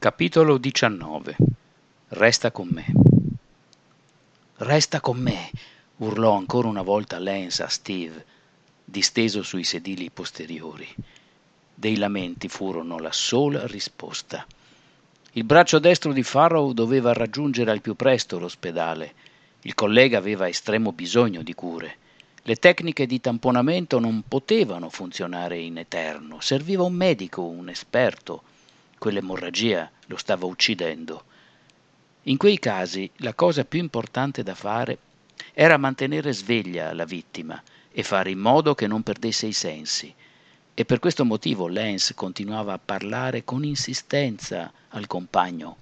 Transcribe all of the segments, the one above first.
Capitolo 19. Resta con me. Resta con me, urlò ancora una volta Lance a Steve, disteso sui sedili posteriori. Dei lamenti furono la sola risposta. Il braccio destro di Farrow doveva raggiungere al più presto l'ospedale. Il collega aveva estremo bisogno di cure. Le tecniche di tamponamento non potevano funzionare in eterno. Serviva un medico, un esperto. Quell'emorragia lo stava uccidendo. In quei casi la cosa più importante da fare era mantenere sveglia la vittima e fare in modo che non perdesse i sensi. E per questo motivo Lance continuava a parlare con insistenza al compagno.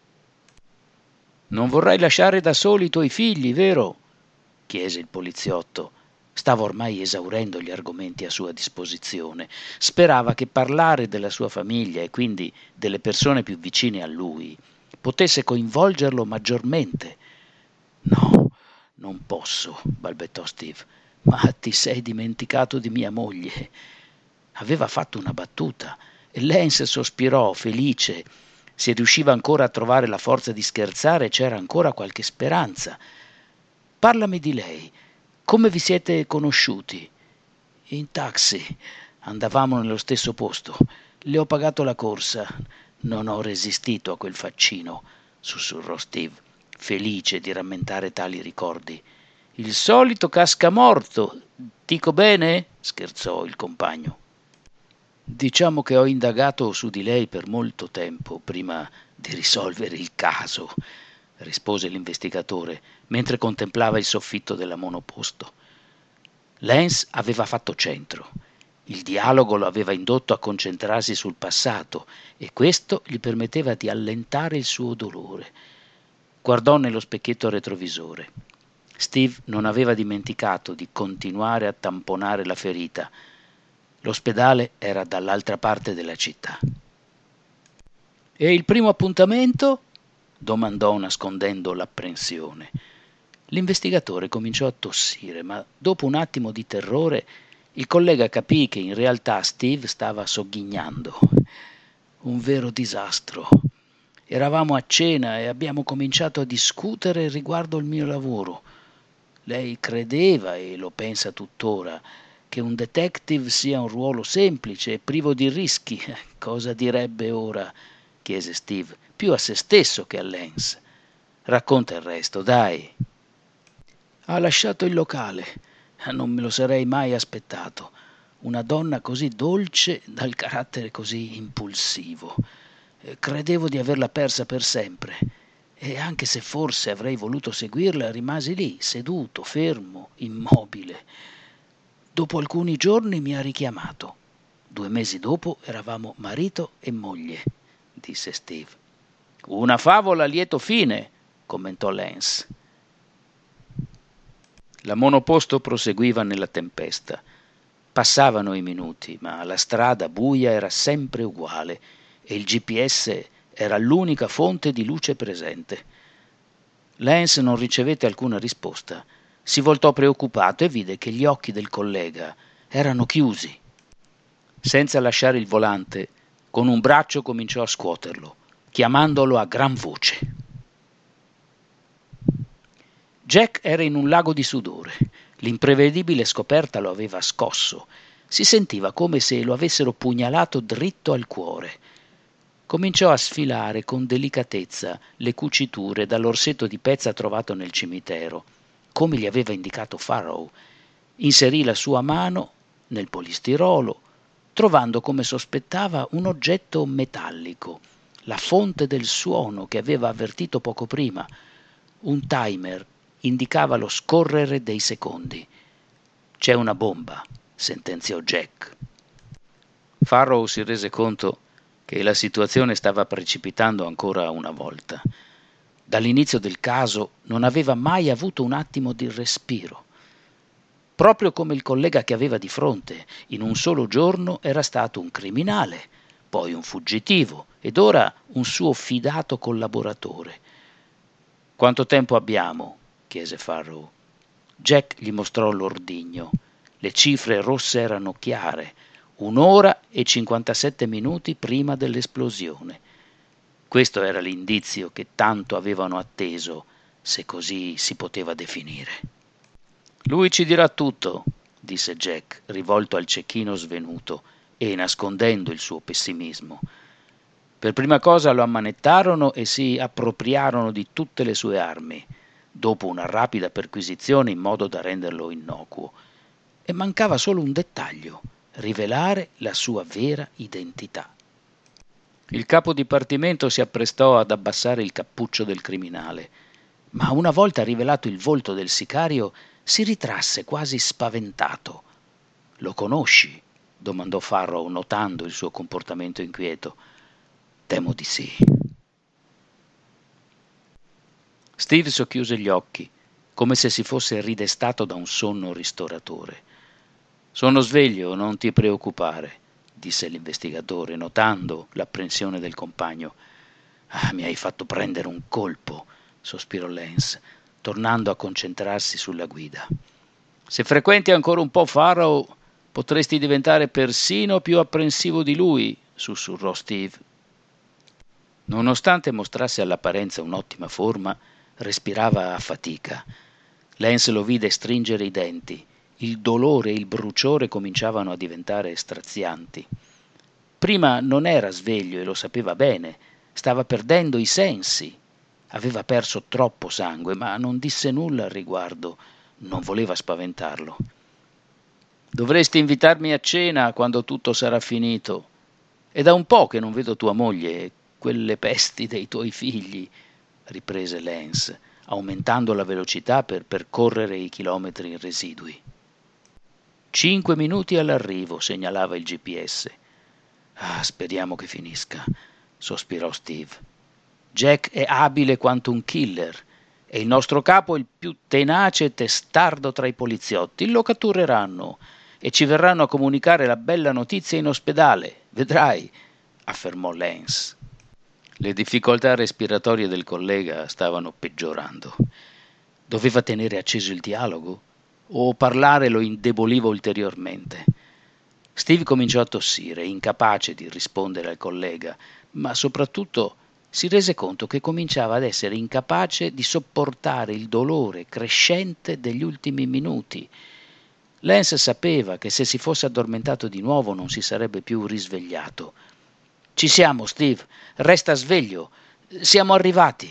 «Non vorrai lasciare da soli i tuoi figli, vero?» chiese il poliziotto. Stava ormai esaurendo gli argomenti a sua disposizione. Sperava che parlare della sua famiglia e quindi delle persone più vicine a lui potesse coinvolgerlo maggiormente. «No, non posso», balbettò Steve. «Ma ti sei dimenticato di mia moglie». Aveva fatto una battuta e Lance sospirò, felice. Se riusciva ancora a trovare la forza di scherzare, c'era ancora qualche speranza. «Parlami di lei. Come vi siete conosciuti?» «In taxi. Andavamo nello stesso posto. Le ho pagato la corsa. Non ho resistito a quel faccino», sussurrò Steve, felice di rammentare tali ricordi. «Il solito cascamorto. Dico bene?» scherzò il compagno. «Diciamo che ho indagato su di lei per molto tempo prima di risolvere il caso», rispose l'investigatore, mentre contemplava il soffitto della monoposto. Lance aveva fatto centro. Il dialogo lo aveva indotto a concentrarsi sul passato e questo gli permetteva di allentare il suo dolore. Guardò nello specchietto retrovisore. Steve non aveva dimenticato di continuare a tamponare la ferita. L'ospedale era dall'altra parte della città. «E il primo appuntamento?» domandò nascondendo l'apprensione. L'investigatore cominciò a tossire, ma dopo un attimo di terrore il collega capì che in realtà Steve stava sogghignando. «Un vero disastro. Eravamo a cena e abbiamo cominciato a discutere riguardo il mio lavoro. Lei credeva, e lo pensa tuttora, che un detective sia un ruolo semplice e privo di rischi. Cosa direbbe ora?» chiese Steve, più a se stesso che a Lance. «Racconta il resto, dai». «Ha lasciato il locale. Non me lo sarei mai aspettato. Una donna così dolce dal carattere così impulsivo. Credevo di averla persa per sempre. E anche se forse avrei voluto seguirla, rimasi lì, seduto, fermo, immobile. Dopo alcuni giorni mi ha richiamato. 2 mesi dopo eravamo marito e moglie», disse Steve. «Una favola a lieto fine», commentò Lance. La monoposto proseguiva nella tempesta. Passavano i minuti, ma la strada buia era sempre uguale e il GPS era l'unica fonte di luce presente. Lance non ricevette alcuna risposta. Si voltò preoccupato e vide che gli occhi del collega erano chiusi. Senza lasciare il volante, con un braccio cominciò a scuoterlo, chiamandolo a gran voce. Jack era in un lago di sudore. L'imprevedibile scoperta lo aveva scosso. Si sentiva come se lo avessero pugnalato dritto al cuore. Cominciò a sfilare con delicatezza le cuciture dall'orsetto di pezza trovato nel cimitero, come gli aveva indicato Farrow. Inserì la sua mano nel polistirolo, trovando, come sospettava, un oggetto metallico, la fonte del suono che aveva avvertito poco prima. Un timer indicava lo scorrere dei secondi. «C'è una bomba», sentenziò Jack. Farrow si rese conto che la situazione stava precipitando ancora una volta. Dall'inizio del caso non aveva mai avuto un attimo di respiro. Proprio come il collega che aveva di fronte, in un solo giorno era stato un criminale, poi un fuggitivo ed ora un suo fidato collaboratore. «Quanto tempo abbiamo?» chiese Farrow. Jack gli mostrò l'ordigno. Le cifre rosse erano chiare. 1 ora e 57 minuti prima dell'esplosione. Questo era l'indizio che tanto avevano atteso, se così si poteva definire. Lui ci dirà tutto, disse Jack, rivolto al cecchino svenuto e nascondendo il suo pessimismo. Per prima cosa lo ammanettarono e si appropriarono di tutte le sue armi, dopo una rapida perquisizione in modo da renderlo innocuo. E mancava solo un dettaglio: rivelare la sua vera identità. Il capo dipartimento si apprestò ad abbassare il cappuccio del criminale, ma una volta rivelato il volto del sicario si ritrasse quasi spaventato. «Lo conosci?» domandò Farrow, notando il suo comportamento inquieto. «Temo di sì». Steve socchiuse gli occhi, come se si fosse ridestato da un sonno ristoratore. «Sono sveglio, non ti preoccupare», disse l'investigatore, notando l'apprensione del compagno. «Ah, mi hai fatto prendere un colpo», sospirò Lance, tornando a concentrarsi sulla guida. «Se frequenti ancora un po' Farrow, potresti diventare persino più apprensivo di lui», sussurrò Steve. Nonostante mostrasse all'apparenza un'ottima forma, respirava a fatica. Lance lo vide stringere i denti. Il dolore e il bruciore cominciavano a diventare strazianti. Prima non era sveglio e lo sapeva bene, stava perdendo i sensi. Aveva perso troppo sangue, ma non disse nulla al riguardo. Non voleva spaventarlo. «Dovresti invitarmi a cena quando tutto sarà finito. È da un po' che non vedo tua moglie e quelle pesti dei tuoi figli», riprese Lance, aumentando la velocità per percorrere i chilometri residui. 5 minuti all'arrivo, segnalava il GPS. «Ah, speriamo che finisca», sospirò Steve. «Jack è abile quanto un killer e il nostro capo è il più tenace e testardo tra i poliziotti. Lo cattureranno e ci verranno a comunicare la bella notizia in ospedale. Vedrai», affermò Lance. Le difficoltà respiratorie del collega stavano peggiorando. Doveva tenere acceso il dialogo? O parlare lo indeboliva ulteriormente? Steve cominciò a tossire, incapace di rispondere al collega, ma soprattutto si rese conto che cominciava ad essere incapace di sopportare il dolore crescente degli ultimi minuti. Lance sapeva che se si fosse addormentato di nuovo non si sarebbe più risvegliato. «Ci siamo, Steve. Resta sveglio. Siamo arrivati».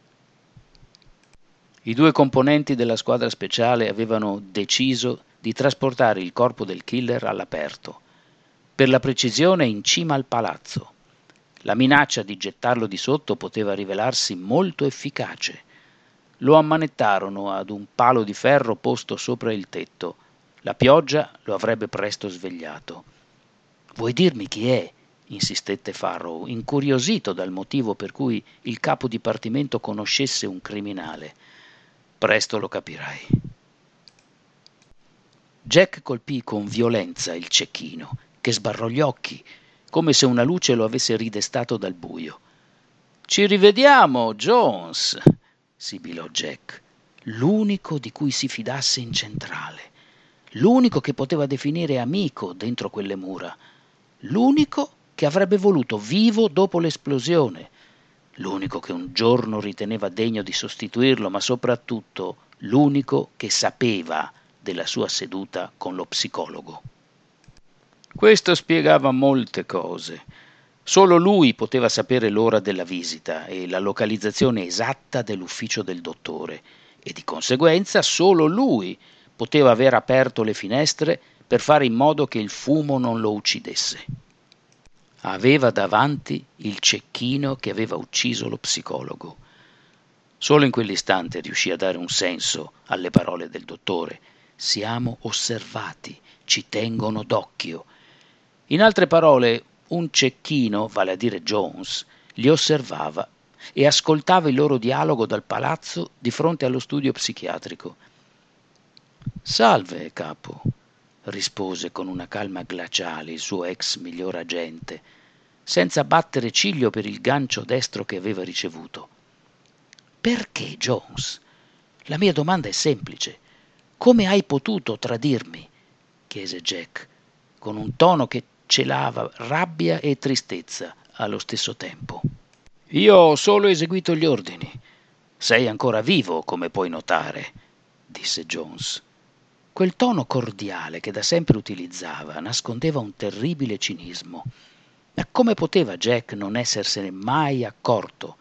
I 2 componenti della squadra speciale avevano deciso di trasportare il corpo del killer all'aperto, per la precisione in cima al palazzo. La minaccia di gettarlo di sotto poteva rivelarsi molto efficace. Lo ammanettarono ad un palo di ferro posto sopra il tetto. La pioggia lo avrebbe presto svegliato. «Vuoi dirmi chi è?» insistette Farrow, incuriosito dal motivo per cui il capo dipartimento conoscesse un criminale. «Presto lo capirai». Jack colpì con violenza il cecchino, che sbarrò gli occhi, come se una luce lo avesse ridestato dal buio. «Ci rivediamo, Jones», sibilò Jack, l'unico di cui si fidasse in centrale, l'unico che poteva definire amico dentro quelle mura, l'unico che avrebbe voluto vivo dopo l'esplosione, l'unico che un giorno riteneva degno di sostituirlo, ma soprattutto l'unico che sapeva della sua seduta con lo psicologo. Questo spiegava molte cose. Solo lui poteva sapere l'ora della visita e la localizzazione esatta dell'ufficio del dottore, e di conseguenza solo lui poteva aver aperto le finestre per fare in modo che il fumo non lo uccidesse. Aveva davanti il cecchino che aveva ucciso lo psicologo. Solo in quell'istante riuscì a dare un senso alle parole del dottore. «Siamo osservati, ci tengono d'occhio». In altre parole, un cecchino, vale a dire Jones, li osservava e ascoltava il loro dialogo dal palazzo di fronte allo studio psichiatrico. «Salve, capo», rispose con una calma glaciale il suo ex miglior agente, senza battere ciglio per il gancio destro che aveva ricevuto. «Perché, Jones? La mia domanda è semplice. Come hai potuto tradirmi?» chiese Jack, con un tono che celava rabbia e tristezza allo stesso tempo. Io ho solo eseguito gli ordini. Sei ancora vivo, come puoi notare, disse Jones. Quel tono cordiale che da sempre utilizzava nascondeva un terribile cinismo. Ma come poteva Jack non essersene mai accorto?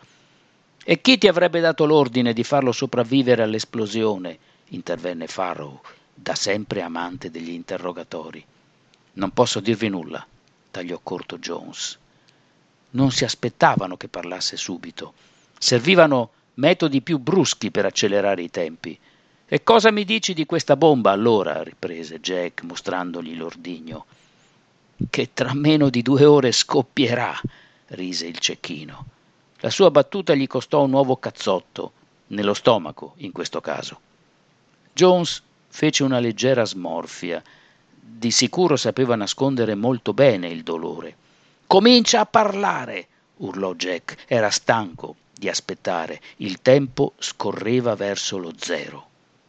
E chi ti avrebbe dato l'ordine di farlo sopravvivere all'esplosione? Intervenne Farrow, da sempre amante degli interrogatori. Non posso dirvi nulla, tagliò corto Jones. Non si aspettavano che parlasse subito. Servivano metodi più bruschi per accelerare i tempi. E cosa mi dici di questa bomba, allora? Riprese Jack, mostrandogli l'ordigno. Che tra meno di 2 ore scoppierà, rise il cecchino. La sua battuta gli costò un nuovo cazzotto, nello stomaco in questo caso. Jones fece una leggera smorfia. Di sicuro sapeva nascondere molto bene il dolore. Comincia a parlare, urlò Jack. Era stanco di aspettare. Il tempo scorreva verso lo zero.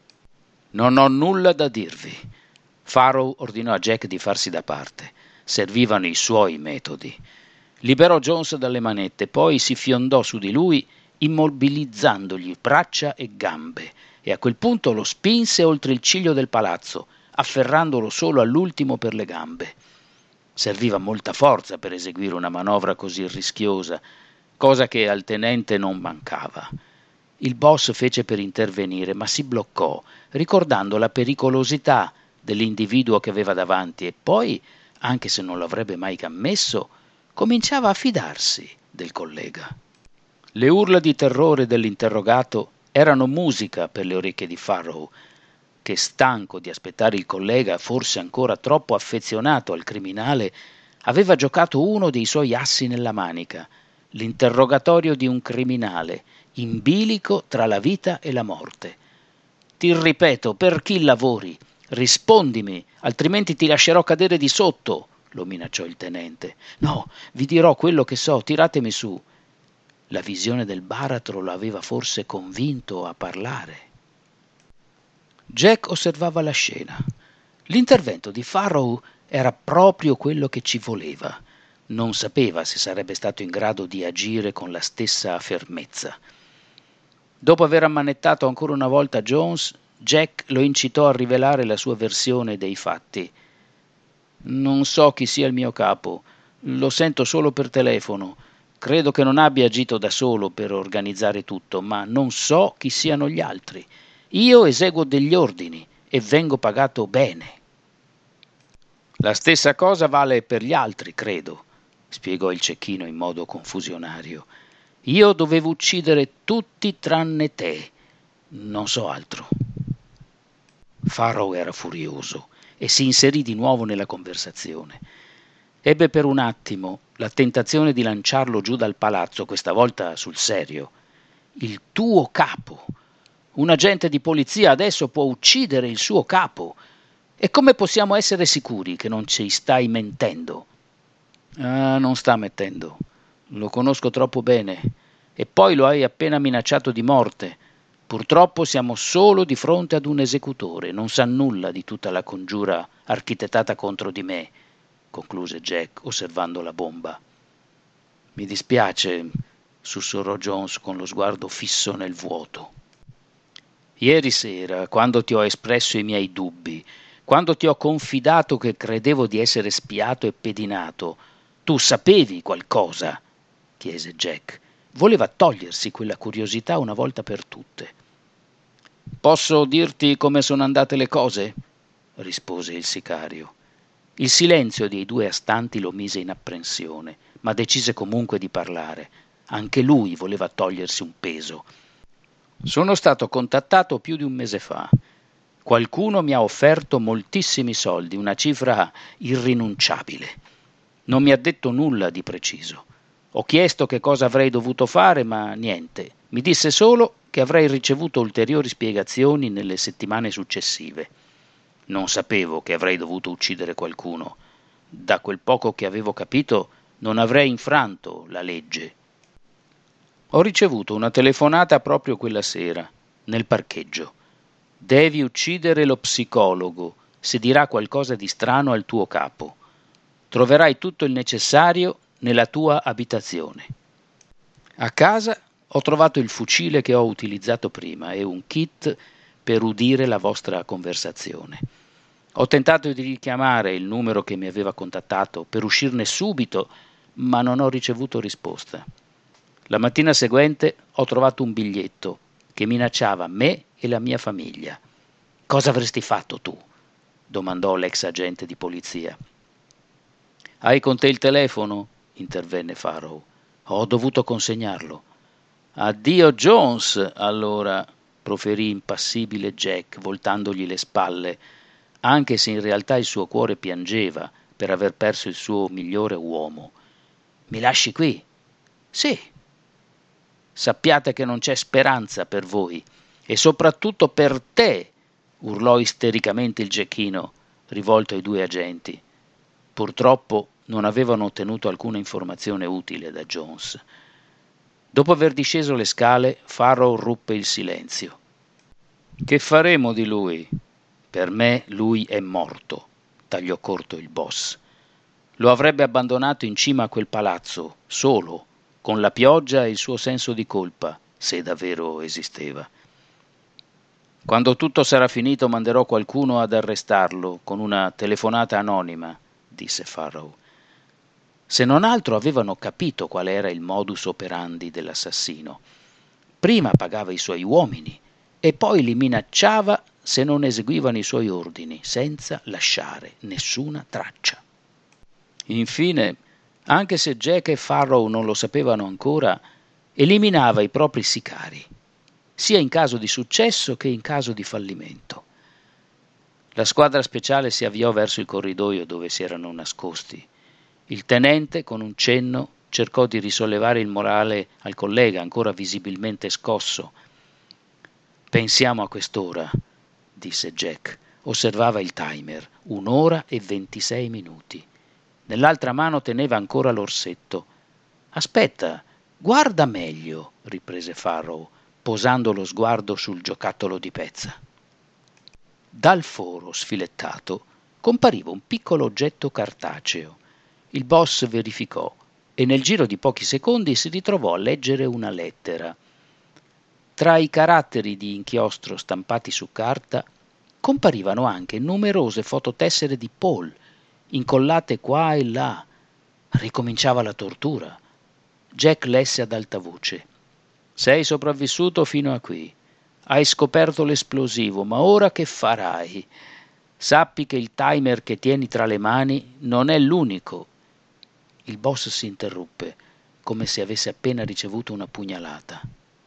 Non ho nulla da dirvi. Farrow ordinò a Jack di farsi da parte. Servivano i suoi metodi. Liberò Jones dalle manette, poi si fiondò su di lui, immobilizzandogli braccia e gambe, e a quel punto lo spinse oltre il ciglio del palazzo, afferrandolo solo all'ultimo per le gambe. Serviva molta forza per eseguire una manovra così rischiosa, cosa che al tenente non mancava. Il boss fece per intervenire, ma si bloccò, ricordando la pericolosità dell'individuo che aveva davanti, e poi, anche se non l'avrebbe mai ammesso, cominciava a fidarsi del collega. Le urla di terrore dell'interrogato erano musica per le orecchie di Farrow, che, stanco di aspettare il collega, forse ancora troppo affezionato al criminale, aveva giocato uno dei suoi assi nella manica, l'interrogatorio di un criminale, in bilico tra la vita e la morte. Ti ripeto, per chi lavori? Rispondimi, altrimenti ti lascerò cadere di sotto, lo minacciò il tenente. No, vi dirò quello che so, tiratemi su. La visione del baratro lo aveva forse convinto a parlare. Jack osservava la scena. L'intervento di Farrow era proprio quello che ci voleva. Non sapeva se sarebbe stato in grado di agire con la stessa fermezza. Dopo aver ammanettato ancora una volta Jones, Jack lo incitò a rivelare la sua versione dei fatti. Non so chi sia il mio capo, lo sento solo per telefono. Credo che non abbia agito da solo per organizzare tutto, ma non so chi siano gli altri. Io eseguo degli ordini e vengo pagato bene. La stessa cosa vale per gli altri, credo, spiegò il cecchino in modo confusionario. Io dovevo uccidere tutti tranne te. Non so altro. Farrow era furioso e si inserì di nuovo nella conversazione. Ebbe per un attimo la tentazione di lanciarlo giù dal palazzo, questa volta sul serio. Il tuo capo. Un agente di polizia adesso può uccidere il suo capo. E come possiamo essere sicuri che non ci stai mentendo? Ah, non sta mentendo. Lo conosco troppo bene. E poi lo hai appena minacciato di morte. Purtroppo siamo solo di fronte ad un esecutore, non sa nulla di tutta la congiura architettata contro di me, concluse Jack, osservando la bomba. Mi dispiace, sussurrò Jones con lo sguardo fisso nel vuoto. Ieri sera, quando ti ho espresso i miei dubbi, quando ti ho confidato che credevo di essere spiato e pedinato, tu sapevi qualcosa? Chiese Jack. Voleva togliersi quella curiosità una volta per tutte. Posso dirti come sono andate le cose? Rispose il sicario. Il silenzio dei due astanti lo mise in apprensione, ma decise comunque di parlare. Anche lui voleva togliersi un peso. Sono stato contattato più di un mese fa. Qualcuno mi ha offerto moltissimi soldi, una cifra irrinunciabile. Non mi ha detto nulla di preciso. Ho chiesto che cosa avrei dovuto fare, ma niente. Mi disse solo che avrei ricevuto ulteriori spiegazioni nelle settimane successive. Non sapevo che avrei dovuto uccidere qualcuno. Da quel poco che avevo capito, non avrei infranto la legge. Ho ricevuto una telefonata proprio quella sera, nel parcheggio. Devi uccidere lo psicologo, se dirà qualcosa di strano al tuo capo. Troverai tutto il necessario nella tua abitazione. A casa ho trovato il fucile che ho utilizzato prima e un kit per udire la vostra conversazione. Ho tentato di richiamare il numero che mi aveva contattato per uscirne subito, ma non ho ricevuto risposta. La mattina seguente ho trovato un biglietto che minacciava me e la mia famiglia. Cosa avresti fatto tu? Domandò l'ex agente di polizia. Hai con te il telefono? Intervenne Farrow. Ho dovuto consegnarlo. Addio Jones, allora, proferì impassibile Jack, voltandogli le spalle, anche se in realtà il suo cuore piangeva per aver perso il suo migliore uomo. Mi lasci qui? Sì. Sappiate che non c'è speranza per voi, e soprattutto per te, urlò istericamente il Giacchino, rivolto ai due agenti. Purtroppo non avevano ottenuto alcuna informazione utile da Jones. Dopo aver disceso le scale, Farrow ruppe il silenzio. Che faremo di lui? Per me lui è morto, tagliò corto il boss. Lo avrebbe abbandonato in cima a quel palazzo, solo, con la pioggia e il suo senso di colpa, se davvero esisteva. Quando tutto sarà finito manderò qualcuno ad arrestarlo con una telefonata anonima, disse Farrow. Se non altro avevano capito qual era il modus operandi dell'assassino. Prima pagava i suoi uomini e poi li minacciava se non eseguivano i suoi ordini, senza lasciare nessuna traccia. Infine, anche se Jack e Farrow non lo sapevano ancora, eliminava i propri sicari, sia in caso di successo che in caso di fallimento. La squadra speciale si avviò verso il corridoio dove si erano nascosti. Il tenente, con un cenno, cercò di risollevare il morale al collega, ancora visibilmente scosso. Pensiamo a quest'ora, disse Jack. Osservava il timer, 1 ora e 26 minuti. Nell'altra mano teneva ancora l'orsetto. Aspetta, guarda meglio, riprese Farrow, posando lo sguardo sul giocattolo di pezza. Dal foro sfilettato compariva un piccolo oggetto cartaceo. Il boss verificò e nel giro di pochi secondi si ritrovò a leggere una lettera. Tra i caratteri di inchiostro stampati su carta comparivano anche numerose fototessere di Paul, incollate qua e là. Ricominciava la tortura. Jack lesse ad alta voce. Sei sopravvissuto fino a qui. Hai scoperto l'esplosivo, ma ora che farai? Sappi che il timer che tieni tra le mani non è l'unico. Il boss si interruppe, come se avesse appena ricevuto una pugnalata.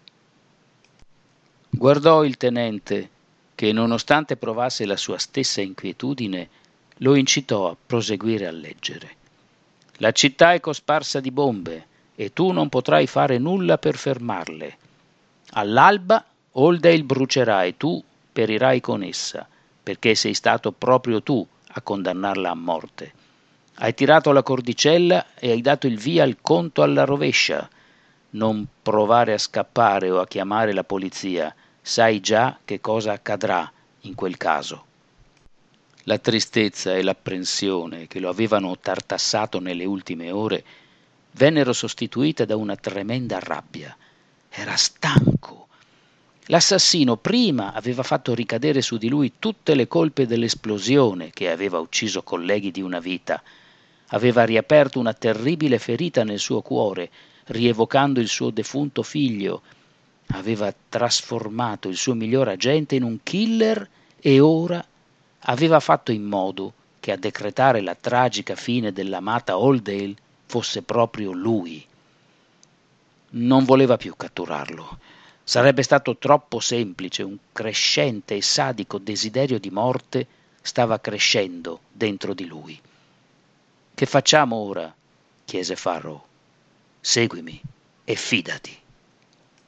Guardò il tenente, che nonostante provasse la sua stessa inquietudine, lo incitò a proseguire a leggere. La città è cosparsa di bombe e tu non potrai fare nulla per fermarle. All'alba Oldale brucerà e tu perirai con essa, perché sei stato proprio tu a condannarla a morte. Hai tirato la cordicella e hai dato il via al conto alla rovescia. Non provare a scappare o a chiamare la polizia, sai già che cosa accadrà in quel caso. La tristezza e l'apprensione che lo avevano tartassato nelle ultime ore vennero sostituite da una tremenda rabbia. Era stanco. L'assassino prima aveva fatto ricadere su di lui tutte le colpe dell'esplosione che aveva ucciso colleghi di una vita. Aveva riaperto una terribile ferita nel suo cuore, rievocando il suo defunto figlio. Aveva trasformato il suo miglior agente in un killer e ora aveva fatto in modo che a decretare la tragica fine dell'amata Oldale fosse proprio lui. Non voleva più catturarlo. Sarebbe stato troppo semplice, un crescente e sadico desiderio di morte stava crescendo dentro di lui. Che facciamo ora? Chiese Farrow. Seguimi e fidati.